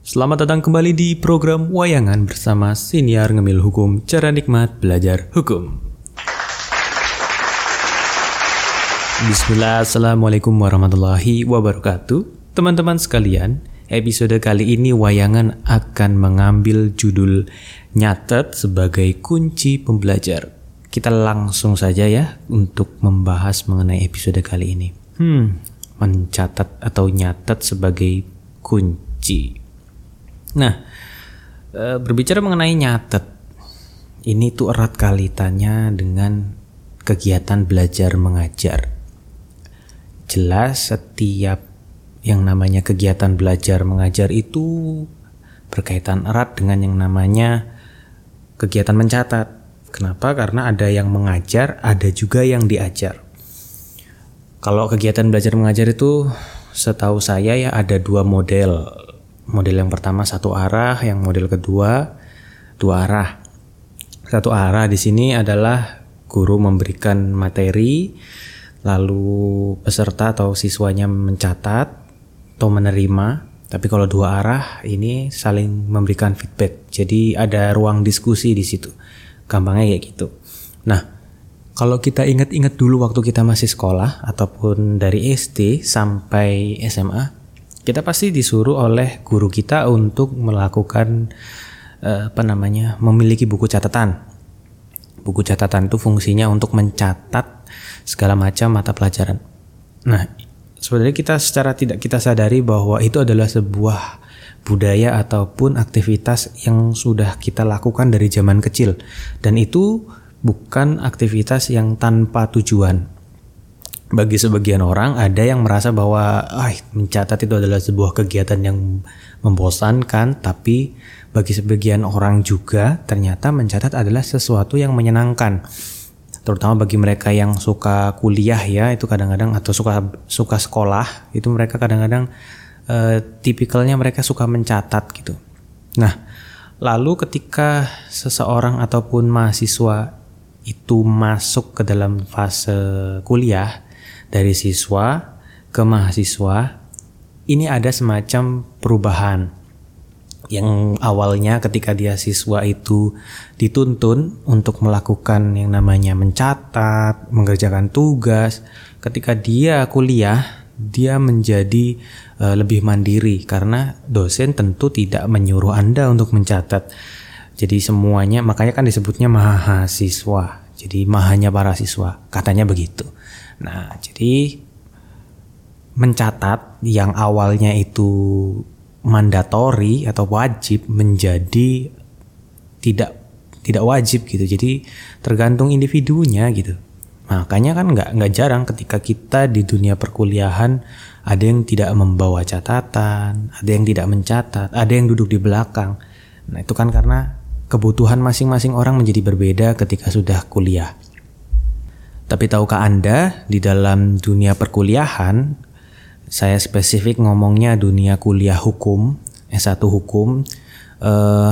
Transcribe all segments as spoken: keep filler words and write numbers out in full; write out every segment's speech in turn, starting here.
Selamat datang kembali di program Wayangan bersama Siniar Ngemil Hukum, cara nikmat belajar hukum. Bismillah, Assalamualaikum warahmatullahi wabarakatuh. Teman-teman sekalian, episode kali ini Wayangan akan mengambil judul Nyatet sebagai kunci pembelajar. Kita langsung saja ya untuk membahas mengenai episode kali ini. Hmm, mencatat atau nyatet sebagai kunci. Nah, e, berbicara mengenai nyatet, ini tuh erat kaitannya dengan kegiatan belajar mengajar. Jelas setiap yang namanya kegiatan belajar mengajar itu berkaitan erat dengan yang namanya kegiatan mencatat. Kenapa? Karena ada yang mengajar, ada juga yang diajar. Kalau kegiatan belajar mengajar itu setahu saya ya ada dua model. Model yang pertama satu arah, yang model kedua dua arah. Satu arah di sini adalah guru memberikan materi, lalu peserta atau siswanya mencatat atau menerima. Tapi kalau dua arah ini saling memberikan feedback. Jadi ada ruang diskusi di situ. Gampangnya kayak gitu. Nah, kalau kita ingat-ingat dulu waktu kita masih sekolah ataupun dari S D sampai S M A, kita pasti disuruh oleh guru kita untuk melakukan eh, apa namanya, memiliki buku catatan. Buku catatan itu fungsinya untuk mencatat segala macam mata pelajaran. Nah, sebenarnya kita secara tidak kita sadari bahwa itu adalah sebuah budaya ataupun aktivitas yang sudah kita lakukan dari zaman kecil, dan itu bukan aktivitas yang tanpa tujuan. Bagi sebagian orang ada yang merasa bahwa ah, mencatat itu adalah sebuah kegiatan yang membosankan, tapi bagi sebagian orang juga ternyata mencatat adalah sesuatu yang menyenangkan. Terutama bagi mereka yang suka kuliah ya, itu kadang-kadang atau suka suka sekolah, itu mereka kadang-kadang eh, tipikalnya mereka suka mencatat gitu. Nah, lalu ketika seseorang ataupun mahasiswa itu masuk ke dalam fase kuliah, dari siswa ke mahasiswa, ini ada semacam perubahan. Yang awalnya ketika dia siswa itu dituntun untuk melakukan yang namanya mencatat, mengerjakan tugas. Ketika dia kuliah, dia menjadi uh, lebih mandiri karena dosen tentu tidak menyuruh Anda untuk mencatat. Jadi semuanya, makanya kan disebutnya mahasiswa. Jadi mahanya para siswa, katanya begitu. Nah, jadi mencatat yang awalnya itu mandatori atau wajib menjadi tidak tidak wajib gitu. Jadi tergantung individunya gitu. Makanya kan nggak nggak jarang ketika kita di dunia perkuliahan ada yang tidak membawa catatan, ada yang tidak mencatat, ada yang duduk di belakang. Nah, itu kan karena kebutuhan masing-masing orang menjadi berbeda ketika sudah kuliah. Tapi tahukah Anda, di dalam dunia perkuliahan, saya spesifik ngomongnya dunia kuliah hukum, S satu hukum, eh,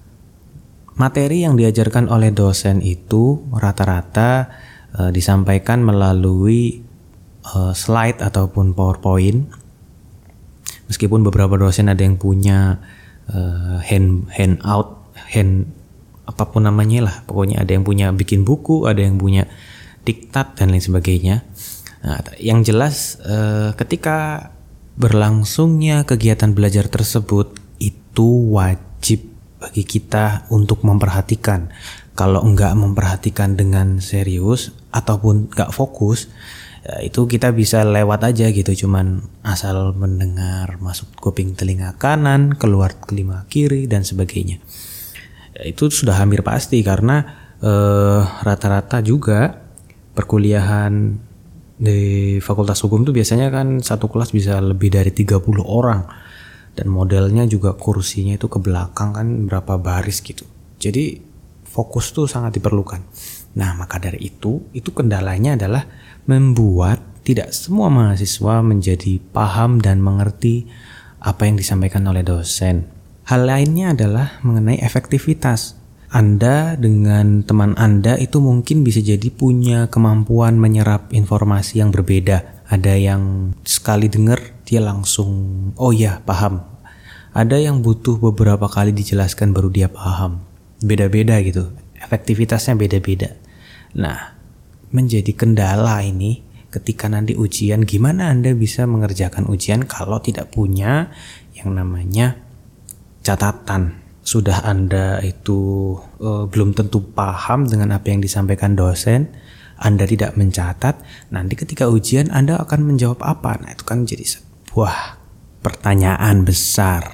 materi yang diajarkan oleh dosen itu rata-rata eh, disampaikan melalui eh, slide ataupun PowerPoint. Meskipun beberapa dosen ada yang punya eh, hand handout, hand apapun namanya lah, pokoknya ada yang punya bikin buku, ada yang punya diktat dan lain sebagainya. Nah, yang jelas eh, ketika berlangsungnya kegiatan belajar tersebut itu wajib bagi kita untuk memperhatikan. Kalau enggak memperhatikan dengan serius ataupun enggak fokus, ya itu kita bisa lewat aja gitu, cuman asal mendengar masuk kuping telinga kanan, keluar telinga kiri dan sebagainya. Ya, itu sudah hampir pasti karena eh, rata-rata juga perkuliahan di Fakultas Hukum itu biasanya kan satu kelas bisa lebih dari tiga puluh orang, dan modelnya juga kursinya itu ke belakang kan berapa baris gitu. Jadi fokus tuh sangat diperlukan. Nah, maka dari itu, itu kendalanya adalah membuat tidak semua mahasiswa menjadi paham dan mengerti apa yang disampaikan oleh dosen. Hal lainnya adalah mengenai efektivitas. Anda dengan teman Anda itu mungkin bisa jadi punya kemampuan menyerap informasi yang berbeda. Ada yang sekali dengar dia langsung oh ya paham. Ada yang butuh beberapa kali dijelaskan baru dia paham. Beda-beda gitu. Efektivitasnya beda-beda. Nah, menjadi kendala ini ketika nanti ujian, gimana Anda bisa mengerjakan ujian kalau tidak punya yang namanya catatan. Sudah Anda itu uh, belum tentu paham dengan apa yang disampaikan dosen, Anda tidak mencatat, nanti ketika ujian Anda akan menjawab apa? Nah, itu kan menjadi sebuah pertanyaan besar.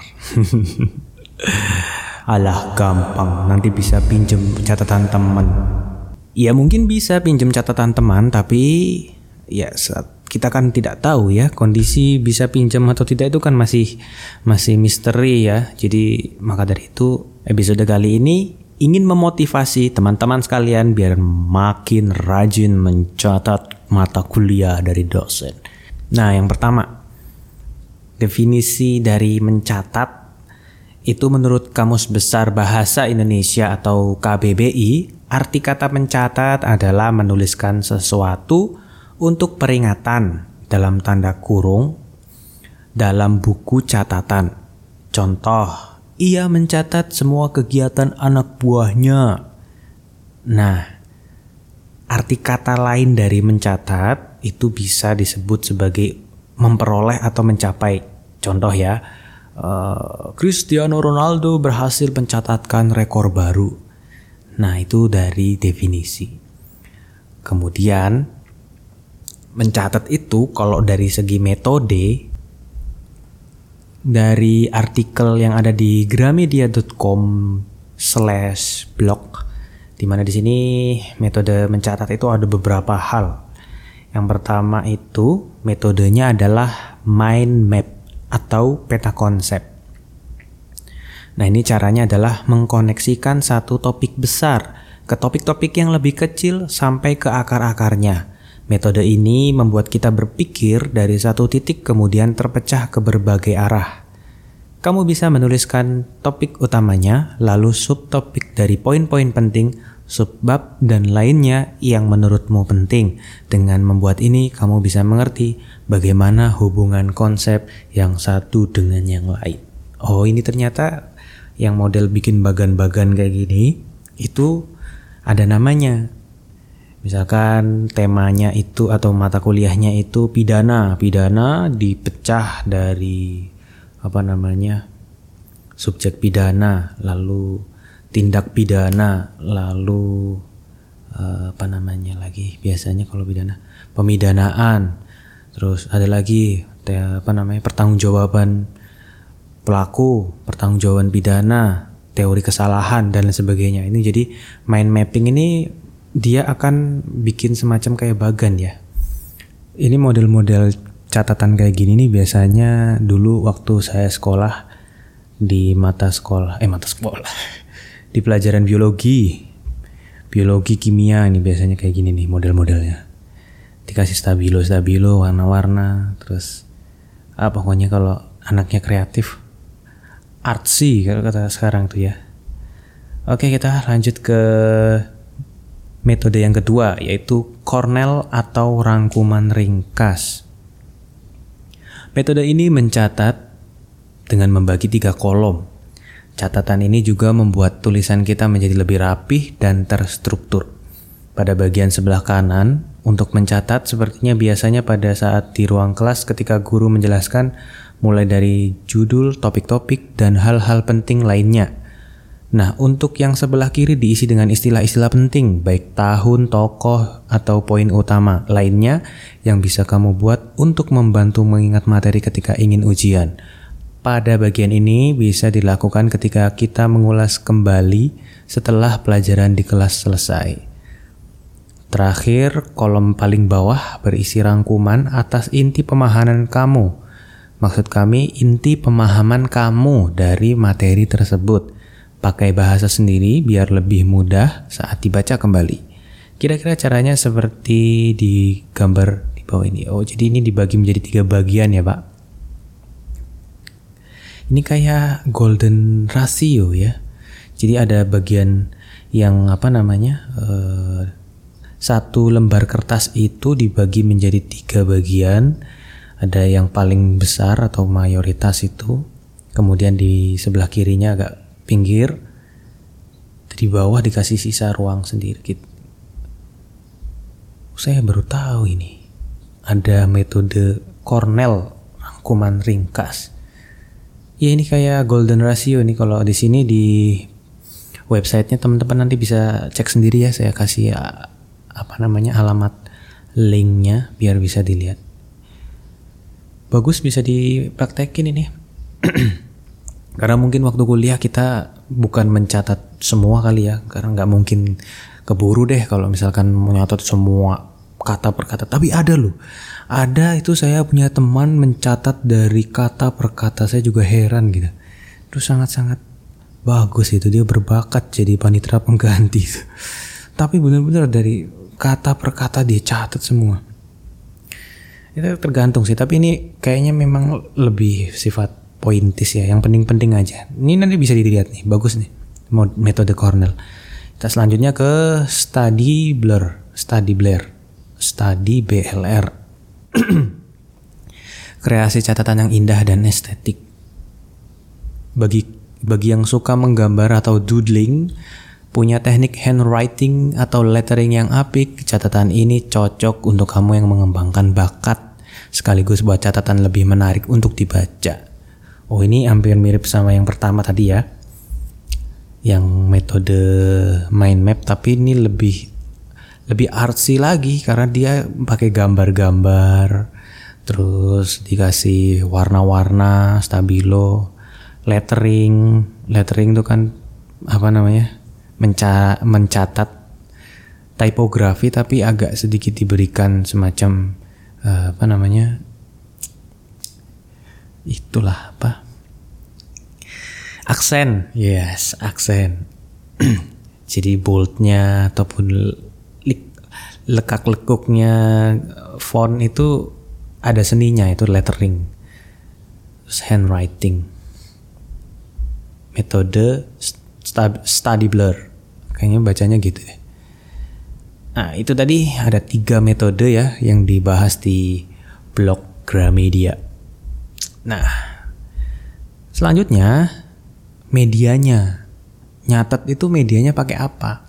Alah, gampang, nanti bisa pinjem catatan teman. Ya mungkin bisa pinjem catatan teman, tapi ya kita kan tidak tahu ya, kondisi bisa pinjam atau tidak itu kan masih masih misteri ya. Jadi maka dari itu episode kali ini ingin memotivasi teman-teman sekalian biar makin rajin mencatat mata kuliah dari dosen. Nah, yang pertama, definisi dari mencatat itu menurut Kamus Besar Bahasa Indonesia atau K B B I, arti kata mencatat adalah menuliskan sesuatu untuk peringatan dalam tanda kurung dalam buku catatan. Contoh, ia mencatat semua kegiatan anak buahnya. Nah, arti kata lain dari mencatat itu bisa disebut sebagai memperoleh atau mencapai. Contoh ya, Uh, Cristiano Ronaldo berhasil mencatatkan rekor baru. Nah, itu dari definisi. Kemudian mencatat itu kalau dari segi metode, dari artikel yang ada di gramedia dot com slash blog, di mana di sini metode mencatat itu ada beberapa hal. Yang pertama itu metodenya adalah mind map atau peta konsep. Nah, ini caranya adalah mengkoneksikan satu topik besar ke topik-topik yang lebih kecil sampai ke akar-akarnya. Metode ini membuat kita berpikir dari satu titik kemudian terpecah ke berbagai arah. Kamu bisa menuliskan topik utamanya, lalu subtopik dari poin-poin penting, subbab dan lainnya yang menurutmu penting. Dengan membuat ini, kamu bisa mengerti bagaimana hubungan konsep yang satu dengan yang lain. Oh, ini ternyata yang model bikin bagan-bagan kayak gini, itu ada namanya. Misalkan temanya itu atau mata kuliahnya itu pidana. Pidana dipecah dari apa namanya, subjek pidana, lalu tindak pidana, lalu uh, apa namanya lagi biasanya kalau pidana, pemidanaan, terus ada lagi te, apa namanya pertanggungjawaban pelaku, pertanggungjawaban pidana, teori kesalahan dan lain sebagainya. Ini jadi mind mapping ini dia akan bikin semacam kayak bagan ya. Ini model-model catatan kayak gini nih biasanya dulu waktu saya sekolah di mata sekolah, eh mata sekolah. Di pelajaran biologi, biologi kimia ini biasanya kayak gini nih model-modelnya. Dikasih stabilo, stabilo, warna-warna, terus ah pokoknya kalau anaknya kreatif, artsy kalau kata sekarang tuh ya. Oke, kita lanjut ke metode yang kedua, yaitu Cornell atau rangkuman ringkas. Metode ini mencatat dengan membagi tiga kolom. Catatan ini juga membuat tulisan kita menjadi lebih rapih dan terstruktur. Pada bagian sebelah kanan, untuk mencatat sepertinya biasanya pada saat di ruang kelas ketika guru menjelaskan mulai dari judul, topik-topik, dan hal-hal penting lainnya. Nah, untuk yang sebelah kiri diisi dengan istilah-istilah penting, baik tahun, tokoh, atau poin utama lainnya yang bisa kamu buat untuk membantu mengingat materi ketika ingin ujian. Pada bagian ini bisa dilakukan ketika kita mengulas kembali setelah pelajaran di kelas selesai. Terakhir, kolom paling bawah berisi rangkuman atas inti pemahaman kamu. Maksud kami, inti pemahaman kamu dari materi tersebut. Pakai bahasa sendiri biar lebih mudah saat dibaca kembali. Kira-kira caranya seperti di gambar di bawah ini. Oh, jadi ini dibagi menjadi tiga bagian ya, Pak. Ini kayak golden ratio ya. Jadi ada bagian yang apa namanya, uh, satu lembar kertas itu dibagi menjadi tiga bagian. Ada yang paling besar atau mayoritas itu kemudian di sebelah kirinya agak pinggir, di bawah dikasih sisa ruang sendiri gitu. Saya baru tahu ini ada metode Cornell rangkuman ringkas. Ya ini kayak golden ratio nih, kalau di sini di websitenya teman-teman nanti bisa cek sendiri ya, saya kasih apa namanya alamat linknya biar bisa dilihat. Bagus, bisa dipraktekin ini. Karena mungkin waktu kuliah kita bukan mencatat semua kali ya, karena nggak mungkin keburu deh kalau misalkan mencatat semua kata per kata. Tapi ada loh, ada itu saya punya teman mencatat dari kata per kata, saya juga heran gitu. Terus sangat-sangat bagus itu, dia berbakat jadi panitera pengganti. Tapi benar-benar dari kata per kata dia catat semua. Itu tergantung sih, tapi ini kayaknya memang lebih sifat pointis ya, yang penting-penting aja. Ini nanti bisa dilihat nih, bagus nih metode Cornell. Kita selanjutnya ke study blur, study blur, study B L R. Kreasi catatan yang indah dan estetik. Bagi bagi yang suka menggambar atau doodling, punya teknik handwriting atau lettering yang apik, catatan ini cocok untuk kamu yang mengembangkan bakat sekaligus buat catatan lebih menarik untuk dibaca. Oh, ini hampir mirip sama yang pertama tadi ya, yang metode mind map, tapi ini lebih lebih artsy lagi karena dia pakai gambar-gambar, terus dikasih warna-warna, stabilo, lettering, lettering itu kan apa namanya, menca- mencatat tipografi tapi agak sedikit diberikan semacam uh, apa namanya, itulah apa, aksen, yes, aksen. Jadi boldnya ataupun lekak-lekuknya font itu ada seninya, itu lettering. Terus handwriting, metode study blur, kayaknya bacanya gitu deh. Nah itu tadi ada tiga metode ya yang dibahas di blog Gramedia. Nah, selanjutnya medianya. Nyatet itu medianya pakai apa?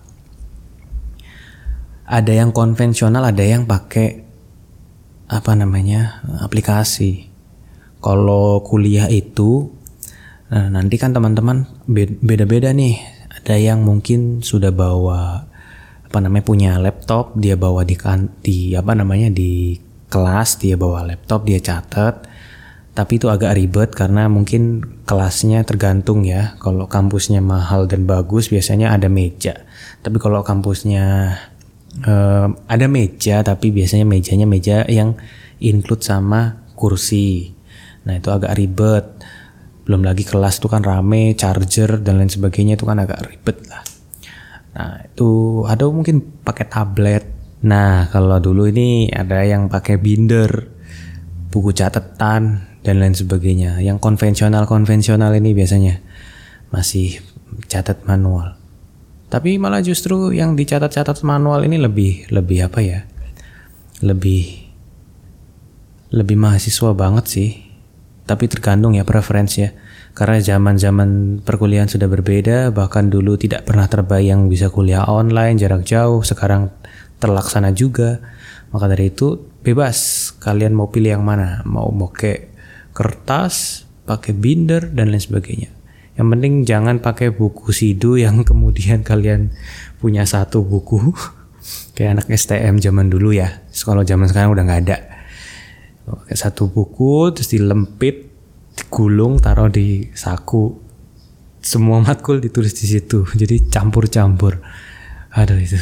Ada yang konvensional, ada yang pakai apa namanya, aplikasi. Kalau kuliah itu, nah nanti kan teman-teman beda-beda nih. Ada yang mungkin sudah bawa apa namanya, punya laptop, dia bawa di kan di apa namanya di kelas, dia bawa laptop, dia catat. Tapi itu agak ribet karena mungkin kelasnya tergantung ya. Kalau kampusnya mahal dan bagus biasanya ada meja. Tapi kalau kampusnya eh, ada meja tapi biasanya mejanya meja yang include sama kursi. Nah itu agak ribet. Belum lagi kelas tuh kan rame, charger dan lain sebagainya, itu kan agak ribet lah. Nah itu ada mungkin pakai tablet. Nah kalau dulu ini ada yang pakai binder, buku catatan dan lain sebagainya. Yang konvensional-konvensional ini biasanya masih catat manual. Tapi malah justru yang dicatat-catat manual ini lebih lebih apa ya? Lebih lebih mahasiswa banget sih. Tapi tergantung ya preferensi ya. Karena zaman-zaman perkuliahan sudah berbeda, bahkan dulu tidak pernah terbayang bisa kuliah online jarak jauh, sekarang terlaksana juga. Maka dari itu bebas, kalian mau pilih yang mana, mau pakai kertas, pakai binder dan lain sebagainya. Yang penting jangan pakai buku sidu yang kemudian kalian punya satu buku kayak anak S T M zaman dulu ya. Kalau zaman sekarang udah nggak ada. Pakai satu buku terus dilempit, digulung, taruh di saku. Semua matkul ditulis di situ. Jadi campur-campur. Aduh itu.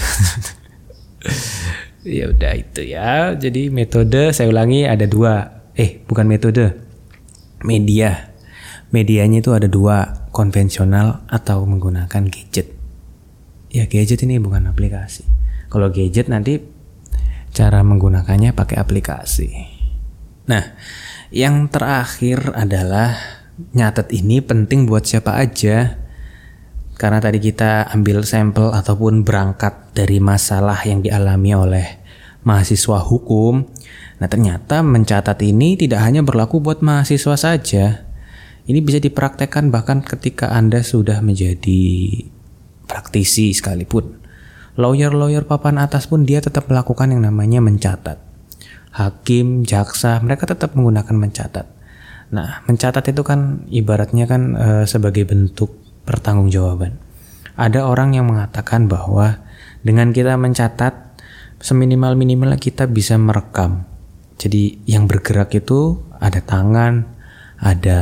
Ya udah itu ya. Jadi metode saya ulangi ada dua. Eh bukan metode. Media. Medianya itu ada dua, konvensional atau menggunakan gadget. Ya gadget ini bukan aplikasi. Kalau gadget nanti cara menggunakannya pakai aplikasi. Nah, yang terakhir adalah nyatet ini penting buat siapa aja. Karena tadi kita ambil sampel ataupun berangkat dari masalah yang dialami oleh mahasiswa hukum. Nah ternyata mencatat ini tidak hanya berlaku buat mahasiswa saja. Ini bisa dipraktekkan bahkan ketika Anda sudah menjadi praktisi sekalipun. Lawyer-lawyer papan atas pun dia tetap melakukan yang namanya mencatat. Hakim, jaksa, mereka tetap menggunakan mencatat. Nah, mencatat itu kan ibaratnya kan e, sebagai bentuk pertanggungjawaban. Ada orang yang mengatakan bahwa dengan kita mencatat, seminimal-minimal kita bisa merekam. Jadi yang bergerak itu ada tangan, ada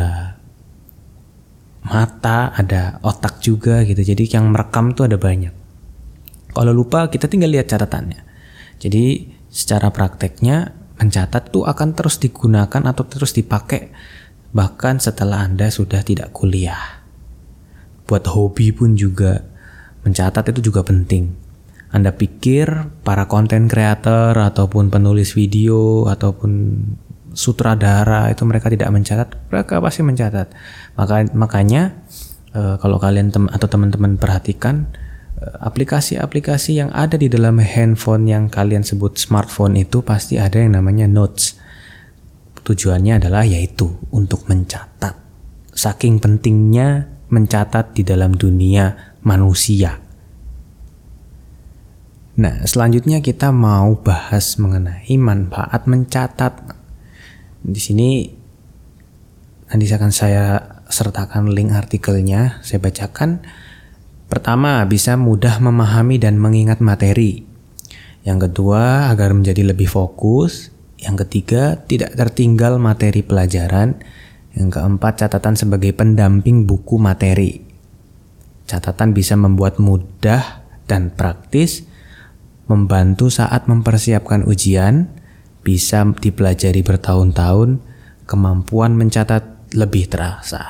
mata, ada otak juga gitu. Jadi yang merekam tuh ada banyak. Kalau lupa kita tinggal lihat catatannya. Jadi secara prakteknya mencatat tuh akan terus digunakan atau terus dipakai bahkan setelah Anda sudah tidak kuliah. Buat hobi pun juga mencatat itu juga penting. Anda pikir para konten creator ataupun penulis video ataupun sutradara itu mereka tidak mencatat? Mereka pasti mencatat. Maka, makanya e, kalau kalian tem- atau teman-teman perhatikan e, aplikasi-aplikasi yang ada di dalam handphone yang kalian sebut smartphone itu pasti ada yang namanya notes. Tujuannya adalah yaitu untuk mencatat. Saking pentingnya mencatat di dalam dunia manusia. Nah, selanjutnya kita mau bahas mengenai manfaat mencatat. Di sini nanti akan saya sertakan link artikelnya, saya bacakan. Pertama, bisa mudah memahami dan mengingat materi. Yang kedua, agar menjadi lebih fokus. Yang ketiga, tidak tertinggal materi pelajaran. Yang keempat, catatan sebagai pendamping buku materi. Catatan bisa membuat mudah dan praktis, membantu saat mempersiapkan ujian, bisa dipelajari bertahun-tahun, kemampuan mencatat lebih terasa.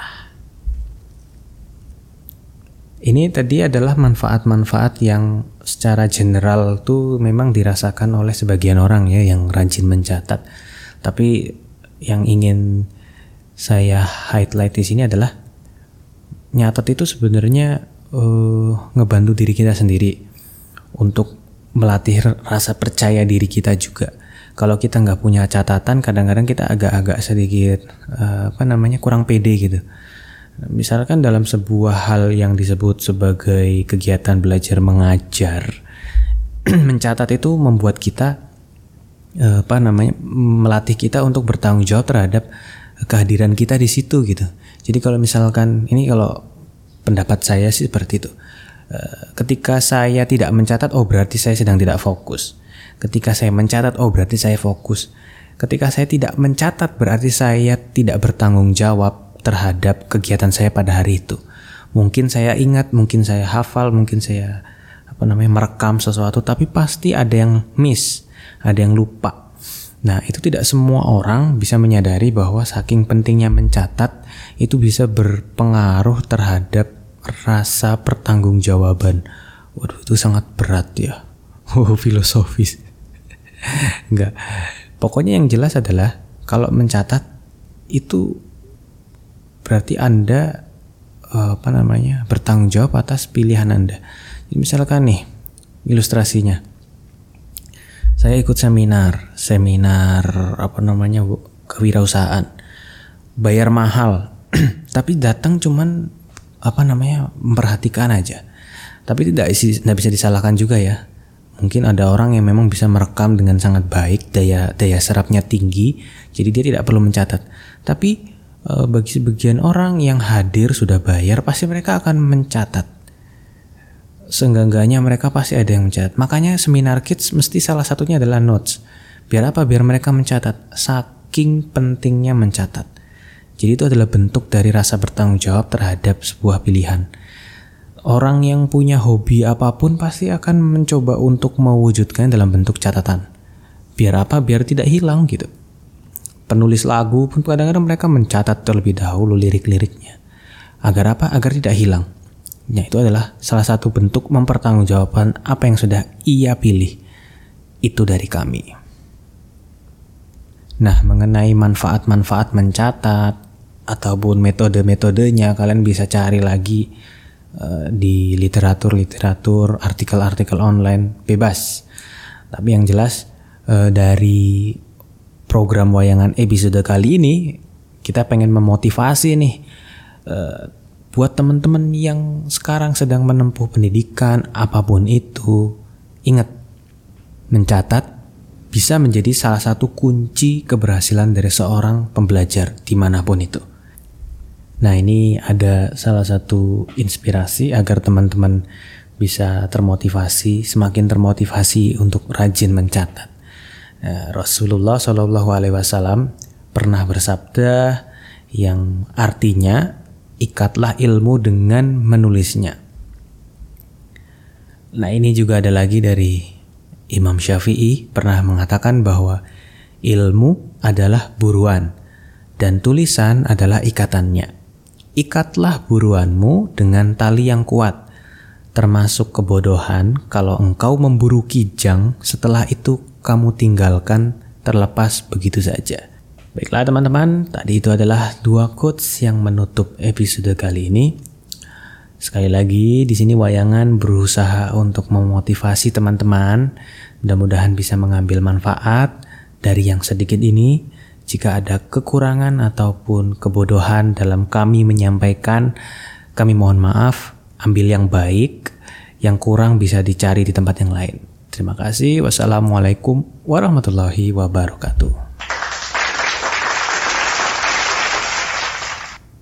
Ini tadi adalah manfaat-manfaat yang secara general tuh memang dirasakan oleh sebagian orang ya yang rajin mencatat. Tapi yang ingin saya highlight di sini adalah nyatat itu sebenarnya uh, ngebantu diri kita sendiri untuk melatih rasa percaya diri kita juga. Kalau kita nggak punya catatan, kadang-kadang kita agak-agak sedikit uh, apa namanya kurang pede gitu. Misalkan dalam sebuah hal yang disebut sebagai kegiatan belajar mengajar, mencatat itu membuat kita uh, apa namanya melatih kita untuk bertanggung jawab terhadap kehadiran kita di situ gitu. Jadi kalau misalkan ini kalau pendapat saya sih seperti itu. Uh, ketika saya tidak mencatat, oh berarti saya sedang tidak fokus. Ketika saya mencatat, oh berarti saya fokus. Ketika saya tidak mencatat, berarti saya tidak bertanggung jawab terhadap kegiatan saya pada hari itu. Mungkin saya ingat, mungkin saya hafal, mungkin saya apa namanya merekam sesuatu, tapi pasti ada yang miss, ada yang lupa. Nah, itu tidak semua orang bisa menyadari bahwa saking pentingnya mencatat itu bisa berpengaruh terhadap rasa pertanggungjawaban. Waduh, itu sangat berat ya. Oh, filosofis. Enggak. Pokoknya yang jelas adalah kalau mencatat itu berarti Anda apa namanya bertanggung jawab atas pilihan Anda. Jadi misalkan nih ilustrasinya, saya ikut seminar, seminar apa namanya kewirausahaan, bayar mahal, tapi datang cuman apa namanya memperhatikan aja. Tapi tidak tidak bisa disalahkan juga ya. Mungkin ada orang yang memang bisa merekam dengan sangat baik, daya daya serapnya tinggi, jadi dia tidak perlu mencatat. Tapi bagi sebagian orang yang hadir sudah bayar, pasti mereka akan mencatat. Seenggak-enggaknya mereka pasti ada yang mencatat. Makanya seminar kids mesti salah satunya adalah notes. Biar apa? Biar mereka mencatat. Saking pentingnya mencatat. Jadi itu adalah bentuk dari rasa bertanggung jawab terhadap sebuah pilihan. Orang yang punya hobi apapun pasti akan mencoba untuk mewujudkan dalam bentuk catatan. Biar apa? Biar tidak hilang gitu. Penulis lagu pun kadang-kadang mereka mencatat terlebih dahulu lirik-liriknya. Agar apa? Agar tidak hilang. Ya, itu adalah salah satu bentuk mempertanggungjawabkan apa yang sudah ia pilih. Itu dari kami. Nah, mengenai manfaat-manfaat mencatat ataupun metode-metodenya, kalian bisa cari lagi uh, di literatur-literatur, artikel-artikel online, bebas. Tapi yang jelas uh, dari program wayangan episode kali ini kita pengen memotivasi nih uh, buat teman-teman yang sekarang sedang menempuh pendidikan apapun itu, ingat, mencatat bisa menjadi salah satu kunci keberhasilan dari seorang pembelajar dimanapun itu. Nah, ini ada salah satu inspirasi agar teman-teman bisa termotivasi, semakin termotivasi untuk rajin mencatat. Nah, Rasulullah shallallahu alaihi wasallam pernah bersabda yang artinya, ikatlah ilmu dengan menulisnya. Nah, ini juga ada lagi dari Imam Syafi'i pernah mengatakan bahwa ilmu adalah buruan dan tulisan adalah ikatannya. Ikatlah buruanmu dengan tali yang kuat, termasuk kebodohan kalau engkau memburu kijang setelah itu kamu tinggalkan terlepas begitu saja. Baiklah teman-teman, tadi itu adalah dua quotes yang menutup episode kali ini. Sekali lagi, di sini Wayangan berusaha untuk memotivasi teman-teman. Mudah-mudahan bisa mengambil manfaat dari yang sedikit ini. Jika ada kekurangan ataupun kebodohan dalam kami menyampaikan, kami mohon maaf. Ambil yang baik, yang kurang bisa dicari di tempat yang lain. Terima kasih. Wassalamualaikum warahmatullahi wabarakatuh.